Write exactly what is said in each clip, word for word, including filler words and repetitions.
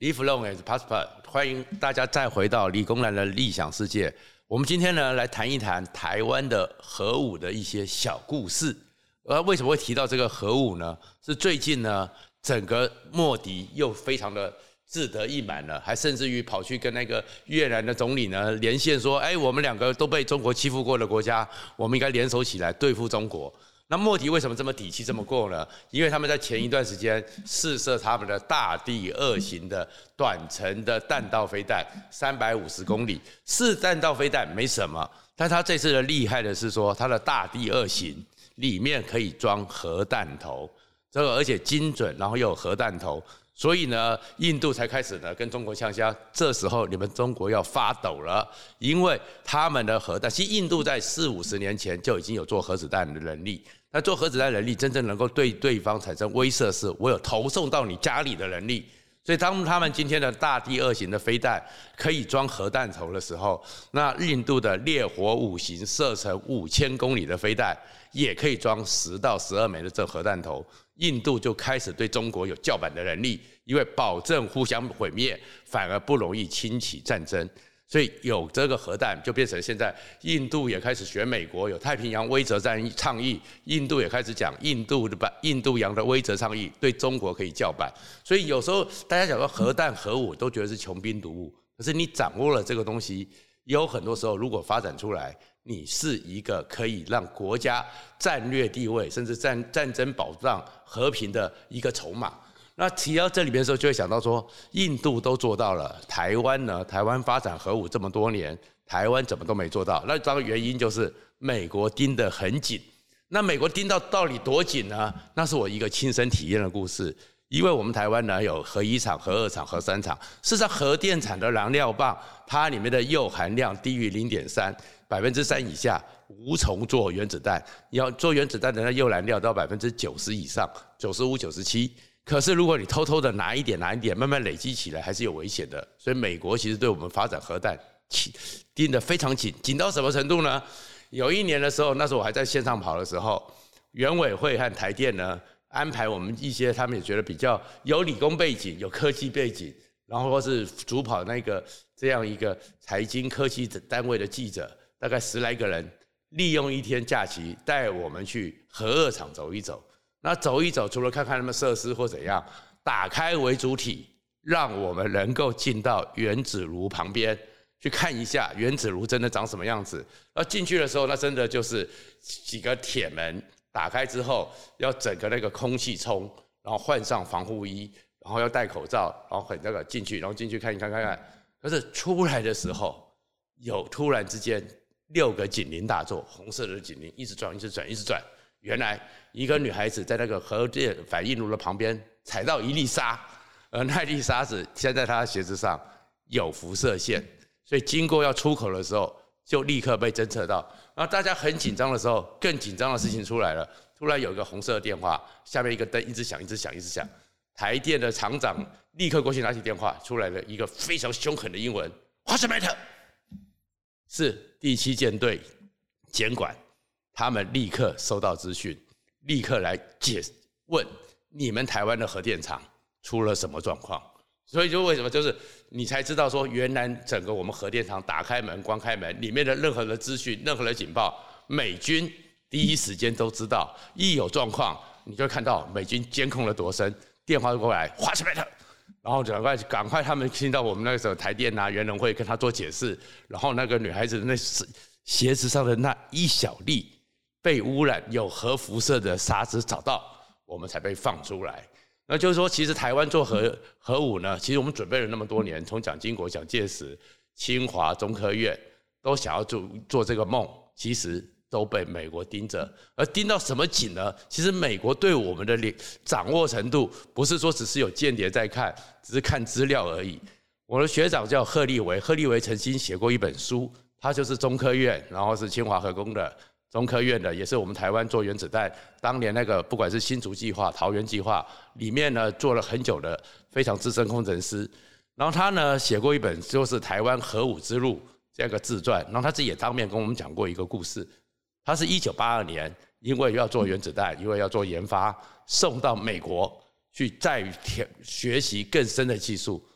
Live long and prosper， 欢迎大家再回到理工男的理想世界。我们今天呢来谈一谈台湾的核武的一些小故事。而为什么会提到这个核武呢？是最近呢，整个莫迪又非常的志得意满了，还甚至于跑去跟那个越南的总理呢连线说：“哎，我们两个都被中国欺负过的国家，我们应该联手起来对付中国。”那莫迪为什么这么底气这么过呢？因为他们在前一段时间试射他们的大地二型的短程的弹道飞弹，三百五十公里，是弹道飞弹没什么，但他这次的厉害的是说，他的大地二型里面可以装核弹头，这个而且精准，然后又有核弹头。所以呢，印度才开始呢跟中国呛虾，这时候你们中国要发抖了，因为他们的核弹，其实印度在四五十年前就已经有做核子弹的能力，那做核子弹能力真正能够对对方产生威慑是，我有投送到你家里的能力。所以当他们今天的大地二型的飞弹可以装核弹头的时候，那印度的烈火五型射程五千公里的飞弹也可以装十到十二枚的这核弹头。印度就开始对中国有叫板的能力，因为保证互相毁灭，反而不容易轻启战争。所以有这个核弹，就变成现在印度也开始学美国有太平洋威慑战役倡议，印度也开始讲印度的印度洋的威慑倡议，对中国可以叫板。所以有时候大家讲说核弹核武都觉得是穷兵黩武，可是你掌握了这个东西，有很多时候如果发展出来，你是一个可以让国家战略地位甚至战战争保障和平的一个筹码。那提到这里面的时候，就会想到说，印度都做到了，台湾呢？台湾发展核武这么多年，台湾怎么都没做到？那这个原因就是美国盯得很紧。那美国盯到到底多紧呢？那是我一个亲身体验的故事。因为我们台湾呢有核一厂、核二厂、核三厂，事实上核电厂的燃料棒，它里面的铀含量低于零点三，百分之三以下无从做原子弹。要做原子弹的那铀燃料到百分之九十以上，九十五、九十七。可是如果你偷偷的拿一点拿一点，慢慢累积起来，还是有危险的。所以美国其实对我们发展核弹盯得非常紧，紧到什么程度呢？有一年的时候，那时候我还在线上跑的时候，原委会和台电呢安排我们一些他们也觉得比较有理工背景、有科技背景，然后或是主跑那个这样一个财经科技单位的记者，大概十来个人，利用一天假期带我们去核二厂走一走。那走一走，除了看看他们设施或怎样，打开为主体，让我们能够进到原子炉旁边去看一下原子炉真的长什么样子。那进去的时候，那真的就是几个铁门打开之后，要整个那个空气冲，然后换上防护衣，然后要戴口罩，然后很那个进去，然后进去看一看看看。可是出来的时候，有突然之间六个警铃大作，红色的警铃一直转，一直转，一直转。原来一个女孩子在那个核电反应炉的旁边踩到一粒沙，而那粒沙子现在她的鞋子上有辐射线，所以经过要出口的时候就立刻被侦测到。然后大家很紧张的时候，更紧张的事情出来了，突然有一个红色的电话，下面一个灯一直响一直响一直响，台电的厂长立刻过去拿起电话，出来了一个非常凶狠的英文 What's the matter？ 是第七舰队监管，他们立刻收到资讯，立刻来解问你们台湾的核电厂出了什么状况。所以就为什么就是你才知道说，原来整个我们核电厂打开门、关开门里面的任何的资讯、任何的警报，美军第一时间都知道。一有状况，你就会看到美军监控了多深，电话过来 ，What's the matter？ 然后赶快赶快，他们听到我们那个时候台电啊、原能会跟他做解释，然后那个女孩子那鞋子上的那一小粒被污染有核辐射的沙子找到，我们才被放出来。那就是说，其实台湾做核核武呢，其实我们准备了那么多年，从蒋经国、蒋介石、清华、中科院都想要做做这个梦，其实都被美国盯着。而盯到什么紧呢？其实美国对我们的掌握程度，不是说只是有间谍在看，只是看资料而已。我的学长叫贺立维，贺立维曾经写过一本书，他就是中科院，然后是清华核工的。中科院的也是我们台湾做原子弹，当年那个不管是新竹计划、桃园计划里面呢做了很久的非常资深工程师，然后他呢写过一本就是台湾核武之路这样一个自传，然后他自己也当面跟我们讲过一个故事。他是一九八二年因为要做原子弹，因为要做研发，送到美国去再学习更深的技术，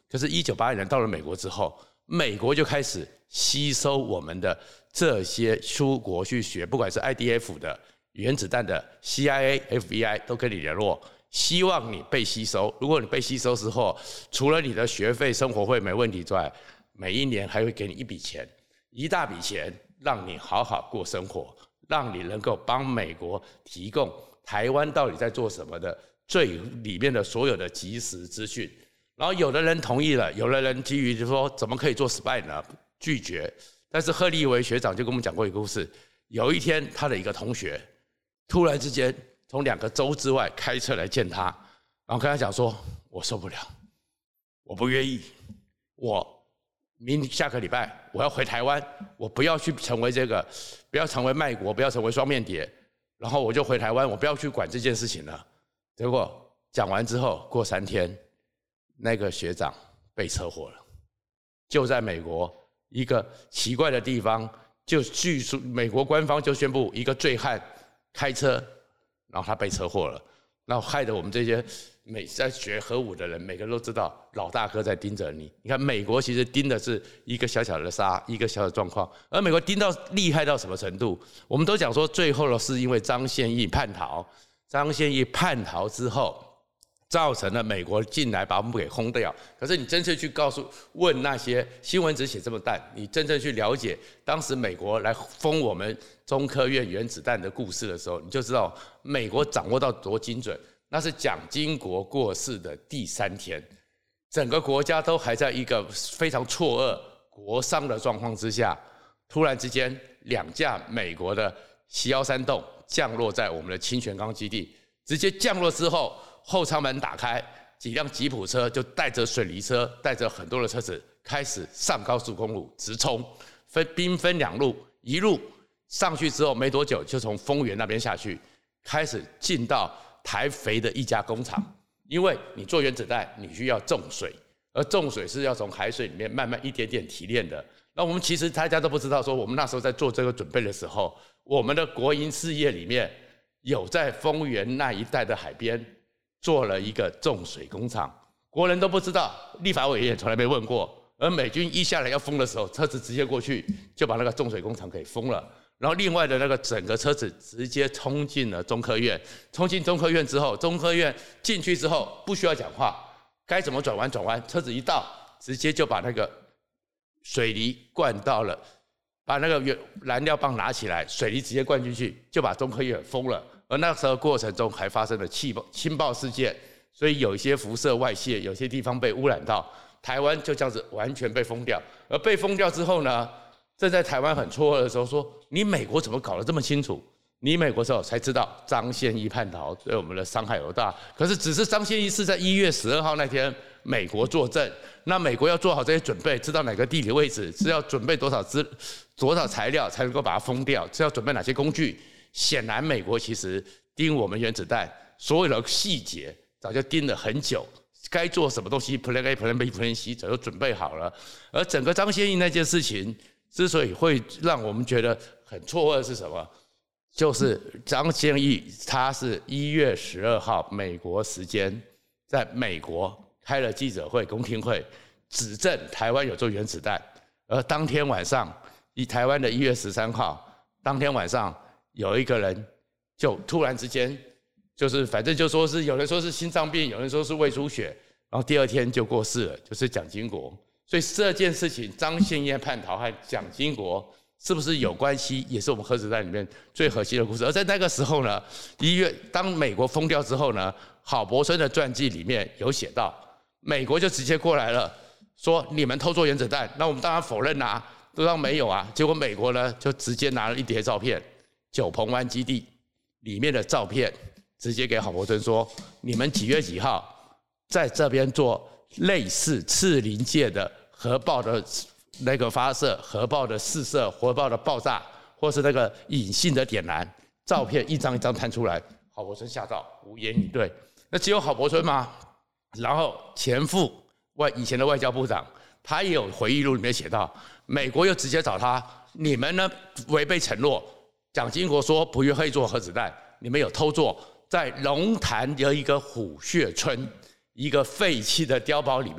可是，一九八一年到了美国之后，美国就开始吸收我们的这些出国去学，不管是 I D F 的原子弹的 C I A、F B I 都跟你联络，希望你被吸收。如果你被吸收之后，除了你的学费、生活费没问题之外，每一年还会给你一笔钱，一大笔钱，让你好好过生活，让你能够帮美国提供台湾到底在做什么的最里面的所有的即时资讯。然后有的人同意了，有的人基于就说怎么可以做 spy 呢？拒绝。但是贺立维学长就跟我们讲过一个故事，有一天他的一个同学突然之间从两个州之外开车来见他，然后跟他讲说：“我受不了，我不愿意，我明下个礼拜我要回台湾，我不要去成为这个，不要成为卖国，不要成为双面谍，然后我就回台湾，我不要去管这件事情了。”结果讲完之后，过三天。那个学长被车祸了，就在美国一个奇怪的地方，就据说美国官方就宣布一个醉汉开车，然后他被车祸了，然后害得我们这些美在学核武的人，每个人都知道老大哥在盯着你。你看美国其实盯的是一个小小的沙，一个小小的状况，而美国盯到厉害到什么程度？我们都讲说最后的是因为张献义叛逃，张献义叛逃之后。造成了美国进来把我们给轰掉。可是你真正去告诉问那些新闻只写这么淡，你真正去了解当时美国来封我们中科院原子弹的故事的时候，你就知道美国掌握到多精准。那是蒋经国过世的第三天，整个国家都还在一个非常错愕国殇的状况之下，突然之间两架美国的C一三洞降落在我们的清泉岗基地，直接降落之后。后舱门打开，几辆吉普车就带着水泥车，带着很多的车子开始上高速公路直冲，分兵分两路，一路上去之后没多久就从丰原那边下去，开始进到台肥的一家工厂。因为你做原子弹，你需要重水，而重水是要从海水里面慢慢一点点提炼的。那我们其实大家都不知道，说我们那时候在做这个准备的时候，我们的国营事业里面有在丰原那一带的海边。做了一个重水工厂，国人都不知道，立法委员也从来没问过。而美军一下来要封的时候，车子直接过去就把那个重水工厂给封了。然后另外的那个整个车子直接冲进了中科院，冲进中科院之后，中科院进去之后不需要讲话，该怎么转弯转弯，车子一到，直接就把那个水泥灌到了，把那个燃料棒拿起来，水泥直接灌进去，就把中科院封了。而那时候过程中还发生了气爆、氢爆事件，所以有一些辐射外泄，有些地方被污染到，台湾就这样子完全被封掉。而被封掉之后呢，正在台湾很错愕的时候说：“你美国怎么搞得这么清楚？”你美国之后才知道张献义叛逃对我们的伤害有大。可是只是张献义是在一月十二号那天美国作证，那美国要做好这些准备，知道哪个地理位置，是要准备多少资、多少材料才能够把它封掉，是要准备哪些工具。显然，美国其实盯我们原子弹所有的细节早就盯了很久，该做什么东西 ，Plan A、Plan B、Plan C 早就准备好了。而整个张献义那件事情之所以会让我们觉得很错愕是什么？就是张献义他是一月十二号美国时间在美国开了记者会、公听会，指证台湾有做原子弹。而当天晚上，以台湾的一月十三号，当天晚上。有一个人就突然之间，就是反正就说是有人说是心脏病，有人说是胃出血，然后第二天就过世了，就是蒋经国。所以这件事情，张献义叛逃和蒋经国是不是有关系，也是我们核子弹里面最核心的故事。而在那个时候呢，一月当美国封掉之后呢，郝柏村的传记里面有写到，美国就直接过来了，说你们偷做原子弹，那我们当然否认啊，都当没有啊。结果美国呢就直接拿了一叠照片。九鹏湾基地里面的照片，直接给郝柏村说：“你们几月几号在这边做类似次临界的核爆的那个发射、核爆的试射、核爆的爆炸，或是那个隐性的点燃？”照片一张一张摊出来，郝柏村吓到无言以对。那只有郝柏村吗？然后前副外以前的外交部长，他也有回忆录里面写到，美国又直接找他：“你们呢违背承诺。”蒋经国说不愿意做核子弹，你们有偷做，在龙潭的一个虎穴村，一个废弃的碉堡里面，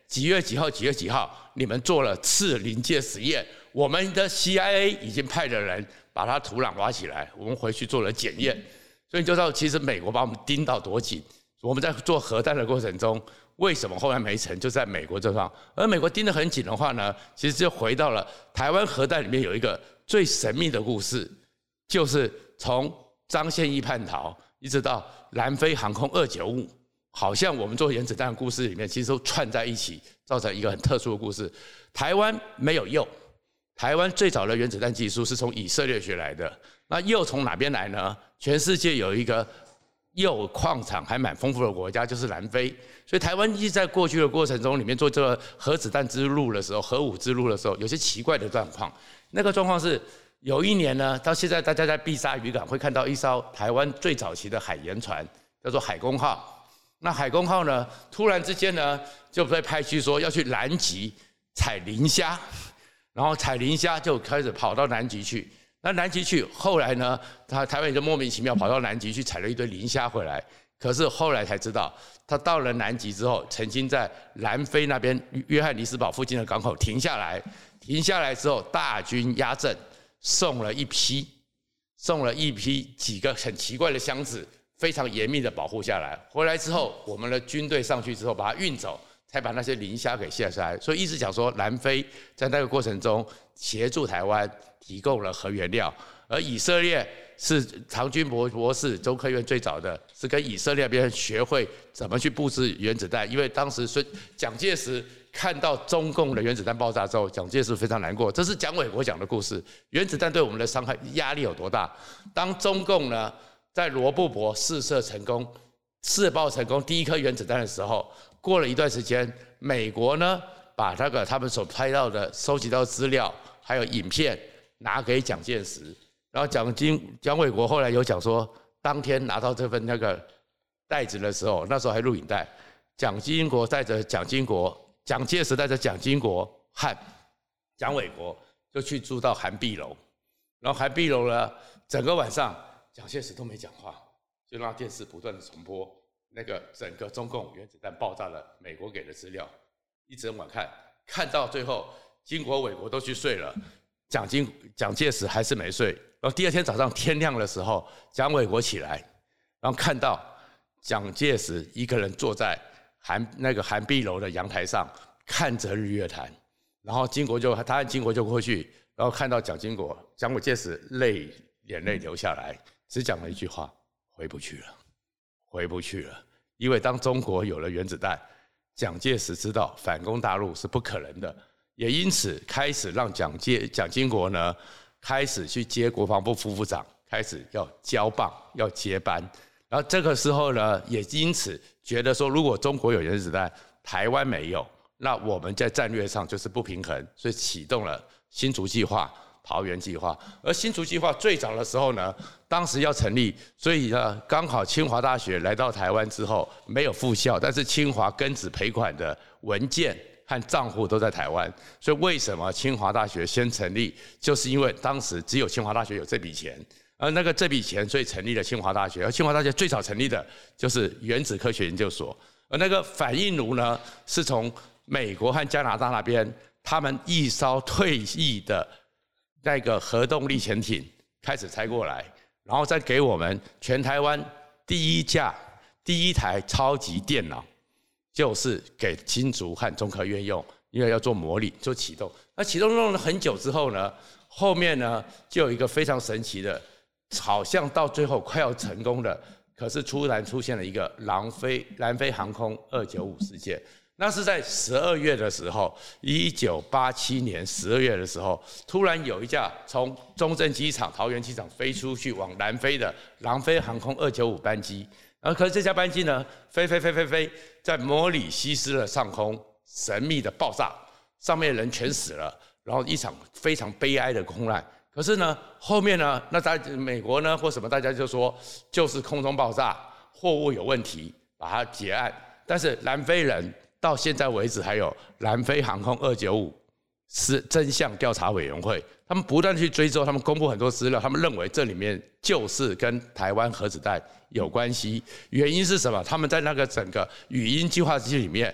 几月几号几月几号，你们做了次临界实验，我们的 C I A 已经派的人把它土壤挖起来，我们回去做了检验。所以你就知道，其实美国把我们盯到多紧。我们在做核弹的过程中，为什么后来没成，就在美国这方。而美国盯得很紧的话呢，其实就回到了台湾核弹里面有一个最神秘的故事，就是从张献义叛逃，一直到南非航空二九五，好像我们做原子弹的故事里面，其实都串在一起，造成一个很特殊的故事。台湾没有铀，台湾最早的原子弹技术是从以色列学来的。那铀从哪边来呢？全世界有一个铀矿场还蛮丰富的国家，就是南非。所以台湾一直在过去的过程中里面做这个核子弹之路的时候，核武之路的时候，有些奇怪的状况。那个状况是，有一年呢，到现在大家在碧沙渔港会看到一艘台湾最早期的海盐船，叫做海公号。那海公号呢，突然之间呢，就被派去说要去南极采磷虾，然后采磷虾就开始跑到南极去。那南极去，后来呢，他台湾人就莫名其妙跑到南极去采了一堆磷虾回来。可是后来才知道，他到了南极之后，曾经在南非那边约翰尼斯堡附近的港口停下来，停下来之后大军压阵，送了一批，送了一批几个很奇怪的箱子，非常严密的保护下来。回来之后，我们的军队上去之后把它运走，才把那些磷虾给卸下来。所以一直讲说，南非在那个过程中协助台湾提供了核原料，而以色列是唐军博博士，中科院最早的，是跟以色列那边学会怎么去布置原子弹。因为当时孙蒋介石看到中共的原子弹爆炸之后，蒋介石非常难过。这是蒋纬国讲的故事，原子弹对我们的伤害压力有多大？当中共呢在罗布泊试射成功、试爆成功第一颗原子弹的时候，过了一段时间，美国呢把那个他们所拍到的、收集到资料还有影片拿给蒋介石，然后蒋经蒋纬国后来有讲说，当天拿到这份那个袋子的时候，那时候还录影带，蒋经国带着蒋经国，蒋介石带着蒋经国和蒋纬国就去住到韩碧楼，然后韩碧楼呢，整个晚上蒋介石都没讲话，就让电视不断的重播那个整个中共原子弹爆炸的美国给的资料，一整晚看，看到最后，经国、纬国都去睡了。蒋经蒋介石还是没睡，然后第二天早上天亮的时候，蒋纬国起来，然后看到蒋介石一个人坐在韩那个韩碧楼的阳台上，看着日月潭，然后经国就他和经国就过去，然后看到蒋经国、蒋介石泪眼泪流下来，只讲了一句话：回不去了，回不去了。因为当中国有了原子弹，蒋介石知道反攻大陆是不可能的。也因此开始让蒋介蒋经国呢，开始去接国防部副部长，开始要交棒，要接班。然后这个时候呢，也因此觉得说，如果中国有原子弹，台湾没有，那我们在战略上就是不平衡，所以启动了新竹计划、桃园计划。而新竹计划最早的时候呢，当时要成立，所以呢，刚好清华大学来到台湾之后没有复校，但是清华庚子赔款的文件和账户都在台湾，所以为什么清华大学先成立，就是因为当时只有清华大学有这笔钱，而那个这笔钱，所以成立了清华大学。而清华大学最早成立的就是原子科学研究所，而那个反应炉呢，是从美国和加拿大那边，他们一艘退役的那个核动力潜艇开始拆过来，然后再给我们全台湾第一架、第一台超级电脑。就是给新竹和中科院用，因为要做模拟，做启动。那启动用了很久之后呢，后面呢就有一个非常神奇的，好像到最后快要成功的，可是突然出现了一个南非南非航空二九五事件。那是在十二月的时候，一九八七年十二月的时候，突然有一架从中正机场、桃园机场飞出去往南非的南非航空二九五班机。然后，可是这架班机呢，飞飞飞飞飞，在摩里西斯的上空神秘的爆炸，上面人全死了，然后一场非常悲哀的空难。可是呢，后面呢，那在美国呢或什么，大家就说就是空中爆炸，货物有问题，把它结案。但是南非人到现在为止还有南非航空二九五是真相调查委员会，他们不断去追踪，他们公布很多资料，他们认为这里面就是跟台湾核子弹有关系。原因是什么？他们在那个整个语音计划机里面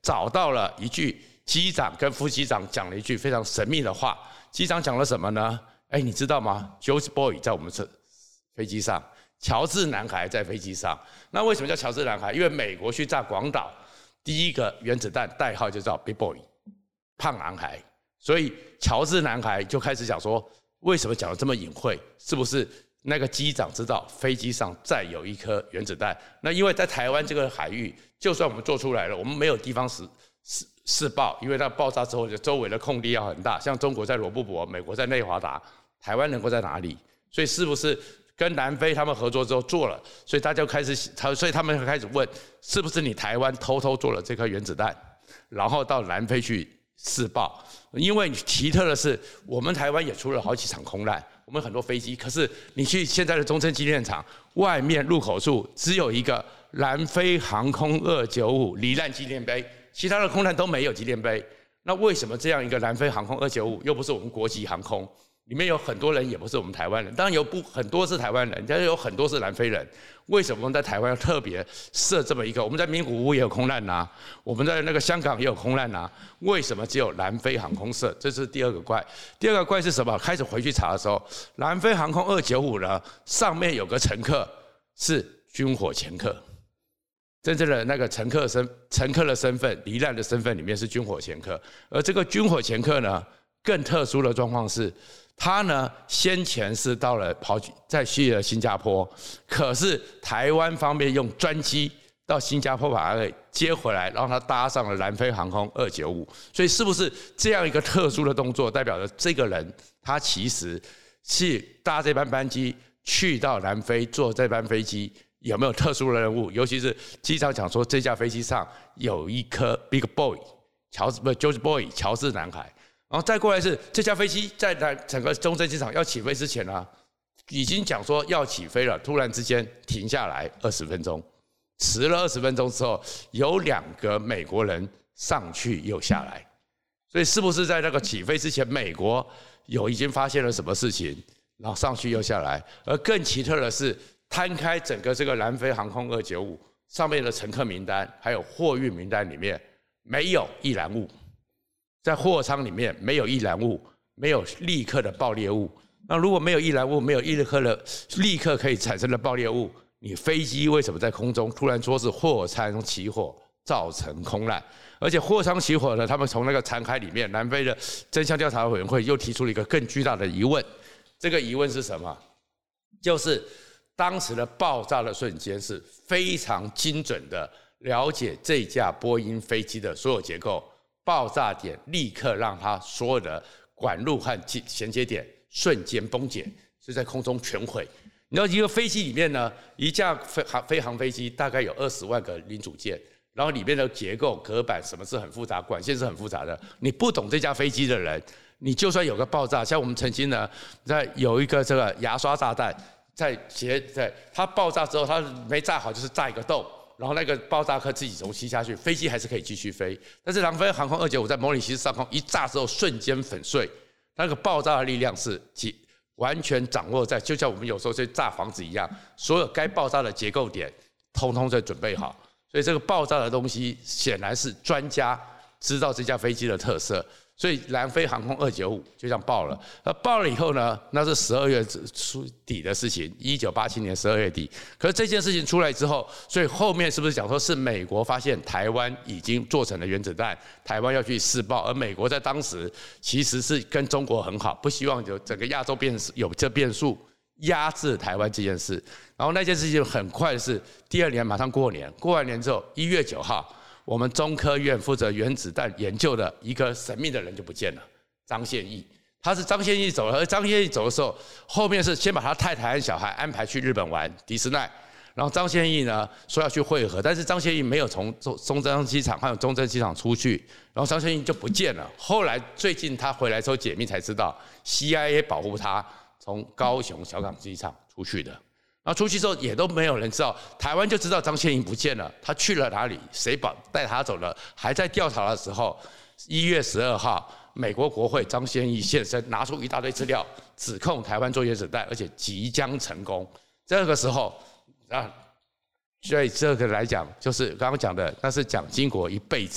找到了一句机长跟副机长讲了一句非常神秘的话。机长讲了什么呢？哎，你知道吗 ？George Boy 在我们这飞机上，乔治男孩在飞机上。那为什么叫乔治男孩？因为美国去炸广岛，第一个原子弹代号就叫 Big Boy， 胖男孩。所以乔治男孩就开始讲说，为什么讲得这么隐晦？是不是那个机长知道飞机上再有一颗原子弹？那因为在台湾这个海域，就算我们做出来了，我们没有地方试试试爆，因为它爆炸之后，周围的空地要很大。像中国在罗布泊，美国在内华达，台湾能够在哪里？所以是不是跟南非他们合作之后做了？所以大家就开始，所以他们开始问，是不是你台湾偷偷做了这颗原子弹，然后到南非去试爆？因为奇特的是，我们台湾也出了好几场空难，我们很多飞机，可是你去现在的中正纪念场外面入口处，只有一个南非航空二九五罹难纪念碑，其他的空难都没有纪念碑。那为什么这样一个南非航空二九五又不是我们国际航空？里面有很多人也不是我们台湾人，当然有不很多是台湾人，但是有很多是南非人。为什么我们在台湾要特别设这么一个？我们在名古屋也有空难呐、啊，我们在那个香港也有空难呐、啊，为什么只有南非航空设？这是第二个怪。第二个怪是什么？开始回去查的时候，南非航空二九五呢，上面有个乘客是军火掮客，真正的那个乘客身乘客的身份，罹难的身份里面是军火掮客，而这个军火掮客呢，更特殊的状况是。他呢，先前是到了跑去再去了新加坡，可是台湾方面用专机到新加坡把他给接回来，让他搭上了南非航空二九五。所以是不是这样一个特殊的动作，代表着这个人他其实是搭这班班机去到南非，坐这班飞机有没有特殊的任务？尤其是机长讲说，这架飞机上有一颗 Big Boy， 乔治不 George Boy 乔治男孩。然后再过来是这架飞机在整个中正机场要起飞之前啊，已经讲说要起飞了，突然之间停下来二十分钟，迟了二十分钟之后，有两个美国人上去又下来，所以是不是在那个起飞之前，美国有已经发现了什么事情，然后上去又下来？而更奇特的是，摊开整个这个南非航空二九五上面的乘客名单，还有货运名单里面没有易燃物。在货舱里面没有易燃物，没有立刻的爆裂物。那如果没有易燃物，没有立刻的立刻可以产生的爆裂物，你飞机为什么在空中突然说是货舱起火造成空难？而且货舱起火呢，他们从那个残骸里面，南非的真相调查委员会又提出了一个更巨大的疑问。这个疑问是什么？就是当时的爆炸的瞬间是非常精准的了解这架波音飞机的所有结构。爆炸点立刻让它所有的管路和衔接点瞬间崩解，所以在空中全毁。你知道一个飞机里面呢，一架飞航飞航飞机大概有二十万个零组件，然后里面的结构、隔板什么是很复杂，管线是很复杂的。你不懂这架飞机的人，你就算有个爆炸，像我们曾经呢，在有一个这个牙刷炸弹，在结在它爆炸之后，它没炸好，就是炸一个洞。然后那个爆炸客自己从吸下去，飞机还是可以继续飞。但是南非航空二九五在模拟机上空一炸之后，瞬间粉碎。那个爆炸的力量是完全掌握在，就像我们有时候去炸房子一样，所有该爆炸的结构点，通通在准备好。所以这个爆炸的东西，显然是专家知道这架飞机的特色。所以南非航空二九五就这样爆了，而爆了以后呢，那是十二月初底的事情，一九八七年十二月底。可是这件事情出来之后，所以后面是不是讲说是美国发现台湾已经做成了原子弹，台湾要去试爆，而美国在当时其实是跟中国很好，不希望有整个亚洲变有这变数，压制台湾这件事。然后那件事情很快的是第二年马上过年，过完年之后一月九号。我们中科院负责原子弹研究的一个神秘的人就不见了，张献义。他是张献义走了，而张献义走的时候，后面是先把他太太和小孩安排去日本玩迪士尼，然后张献义呢说要去会合，但是张献义没有从中正机场还有中正机场出去，然后张献义就不见了。后来最近他回来之后解密才知道 ，C I A 保护他从高雄小港机场出去的。然后出去之后也都没有人知道，台湾就知道张献义不见了，他去了哪里？谁保带他走了？还在调查的时候，一月十二号，美国国会张献义现身，拿出一大堆资料，指控台湾做原子弹，而且即将成功。这个时候，啊，所以这个来讲，就是刚刚讲的，那是蒋经国一辈子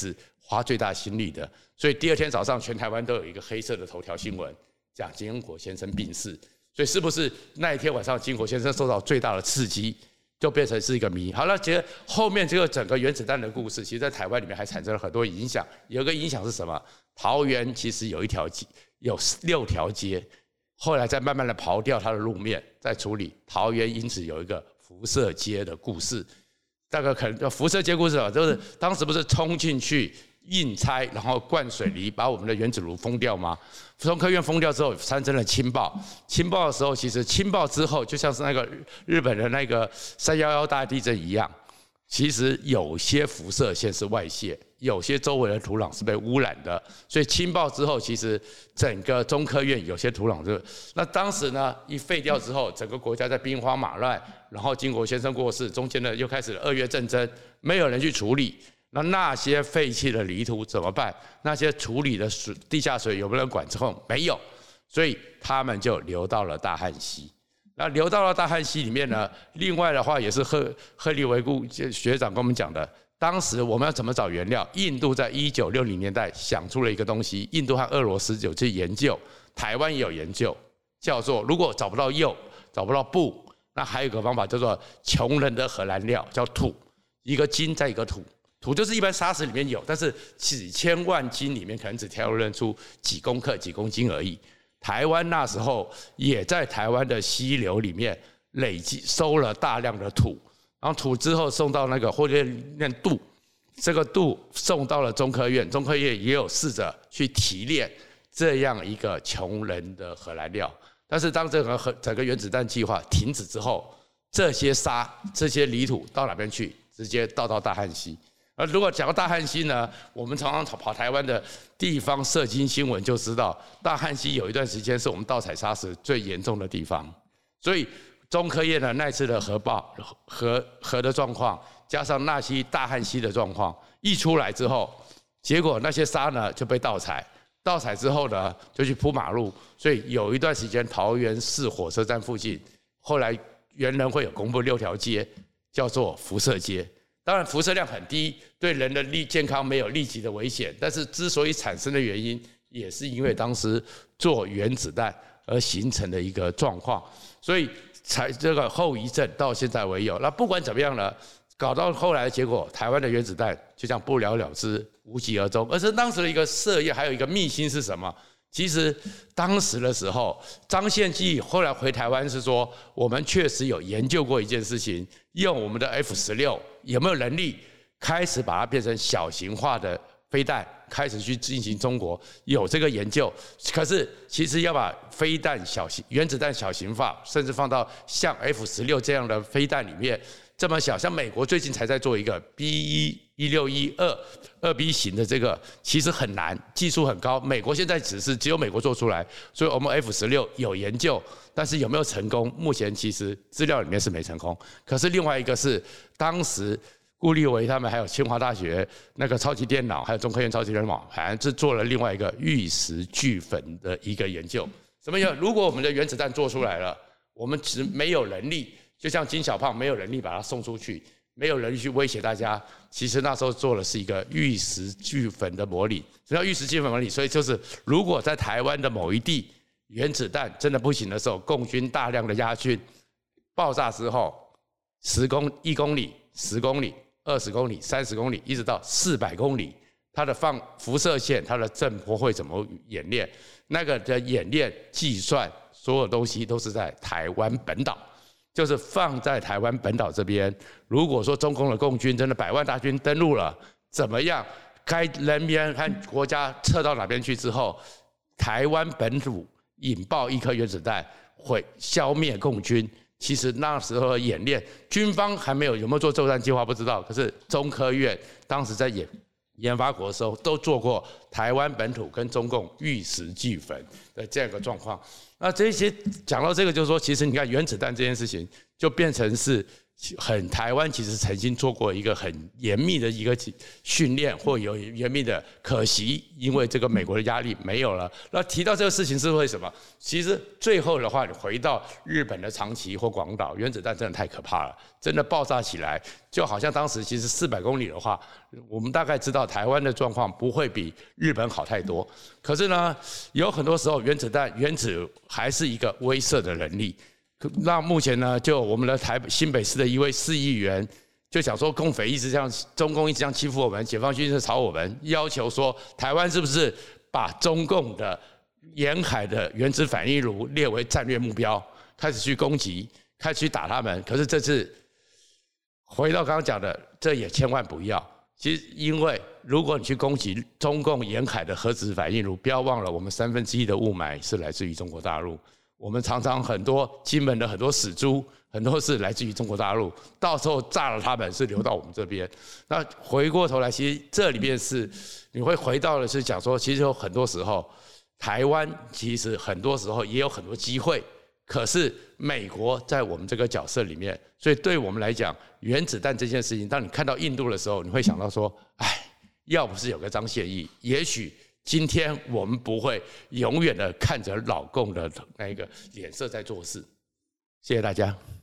花最大心力的。所以第二天早上，全台湾都有一个黑色的头条新闻，讲金恩国先生病逝。所以是不是那一天晚上，金恩国先生受到最大的刺激，就变成是一个谜？好了，其实后面这个整个原子弹的故事，其实在台湾里面还产生了很多影响。有一个影响是什么？桃园其实有一条街，有六条街，后来再慢慢的刨掉它的路面，再处理。桃园因此有一个辐射街的故事。大概可能叫辐射街故事啊，就是当时不是冲进去硬拆，然后灌水泥，把我们的原子炉封掉吗？中科院封掉之后，产生了氢爆。氢爆的时候，其实氢爆之后，就像是那个日本的那个三一一大地震一样，其实有些辐射线是外泄，有些周围的土壤是被污染的。所以氢爆之后，其实整个中科院有些土壤就……那当时呢，一废掉之后，整个国家在兵荒马乱，然后金国先生过世，中间呢又开始了二月战争，没有人去处理。那那些废弃的泥土怎么办？那些处理的水地下水有没有人管之后没有，所以他们就流到了大汉溪。那流到了大汉溪里面呢，另外的话也是赫赫利维固学长跟我们讲的，当时我们要怎么找原料？印度在一九六零年代想出了一个东西，印度和俄罗斯有去研究，台湾也有研究，叫做如果找不到釉，找不到布，那还有一个方法叫做穷人的荷兰料，叫土，一个金在一个土。土就是一般沙石里面有，但是几千万斤里面可能只挑认出几公克、几公斤而已。台湾那时候也在台湾的溪流里面累积收了大量的土，然后土之后送到那个或者念镀，这个镀送到了中科院，中科院也有试着去提炼这样一个穷人的荷兰料。但是当这个整个原子弹计划停止之后，这些沙、这些泥土到哪边去？直接倒到大汉溪。而如果讲到大汉溪呢，我们常常跑台湾的地方社经新闻就知道，大汉溪有一段时间是我们盗采砂石最严重的地方。所以中科院的那次的核爆核核的状况，加上那溪大汉溪的状况一出来之后，结果那些沙呢就被盗采，盗采之后呢就去铺马路，所以有一段时间桃园市火车站附近，后来原人会有公布六条街，叫做辐射街。当然辐射量很低，对人的立健康没有立即的危险，但是之所以产生的原因，也是因为当时做原子弹而形成的一个状况，所以才这个后遗症到现在为有。那不管怎么样呢，搞到后来的结果，台湾的原子弹就这样不了了之，无疾而终。而是当时的一个设业，还有一个秘辛是什么？其实当时的时候，张献基后来回台湾是说，我们确实有研究过一件事情，用我们的 F 十六有没有能力开始把它变成小型化的飞弹，开始去进行中国有这个研究。可是其实要把飞弹小型、原子弹小型化，甚至放到像 F 十六这样的飞弹里面。这么小，像美国最近才在做一个 B 一一六一二二 B 型的这个，其实很难，技术很高。美国现在只是只有美国做出来，所以我们 F 十六有研究，但是有没有成功？目前其实资料里面是没成功。可是另外一个是当时顾立维他们还有清华大学那个超级电脑，还有中科院超级电脑，好像是做了另外一个玉石俱焚的一个研究。什么样？如果我们的原子弹做出来了，我们只没有能力。就像金小胖没有能力把它送出去，没有能力去威胁大家。其实那时候做的是一个玉石俱焚的模拟，什么叫玉石俱焚模拟？所以就是如果在台湾的某一地原子弹真的不行的时候，共军大量的压军，爆炸之后，十公一公里、十公里、二十公里、三十公里，一直到四百公里，它的放辐射线、它的震波会怎么演练？那个的演练计算，所有东西都是在台湾本岛。就是放在台湾本岛这边，如果说中共的共军真的百万大军登陆了，怎么样？该人民和国家撤到哪边去之后，台湾本土引爆一颗原子弹，会消灭共军。其实那时候的演练，军方还没有有没有做作战计划不知道，可是中科院当时在研研发国的时候，都做过台湾本土跟中共玉石俱焚的这样一个状况。那这些讲到这个，就是说，其实你看原子弹这件事情，就变成是很台湾其实曾经做过一个很严密的一个训练，或有严密的，可惜因为这个美国的压力没有了。那提到这个事情是为什么？其实最后的话，你回到日本的长崎或广岛，原子弹真的太可怕了，真的爆炸起来，就好像当时其实四百公里的话，我们大概知道台湾的状况不会比日本好太多。可是呢，有很多时候原子弹原子还是一个威慑的能力。那目前呢，就我们的台新北市的一位市议员就想说，共匪一直这样，中共一直这样欺负我们，解放军是吵我们，要求说台湾是不是把中共的沿海的原子反应炉列为战略目标，开始去攻击，开始去打他们。可是这次回到刚刚讲的，这也千万不要。其实，因为如果你去攻击中共沿海的核子反应炉，不要忘了，我们三分之一的雾霾是来自于中国大陆。我们常常很多金门的很多死猪，很多是来自于中国大陆，到时候炸了他们是流到我们这边。那回过头来，其实这里面是你会回到的是讲说，其实有很多时候，台湾其实很多时候也有很多机会，可是美国在我们这个角色里面，所以对我们来讲，原子弹这件事情，当你看到印度的时候，你会想到说，哎，要不是有个张献义，也许今天我们不会永远的看着老共的那个脸色在做事。谢谢大家。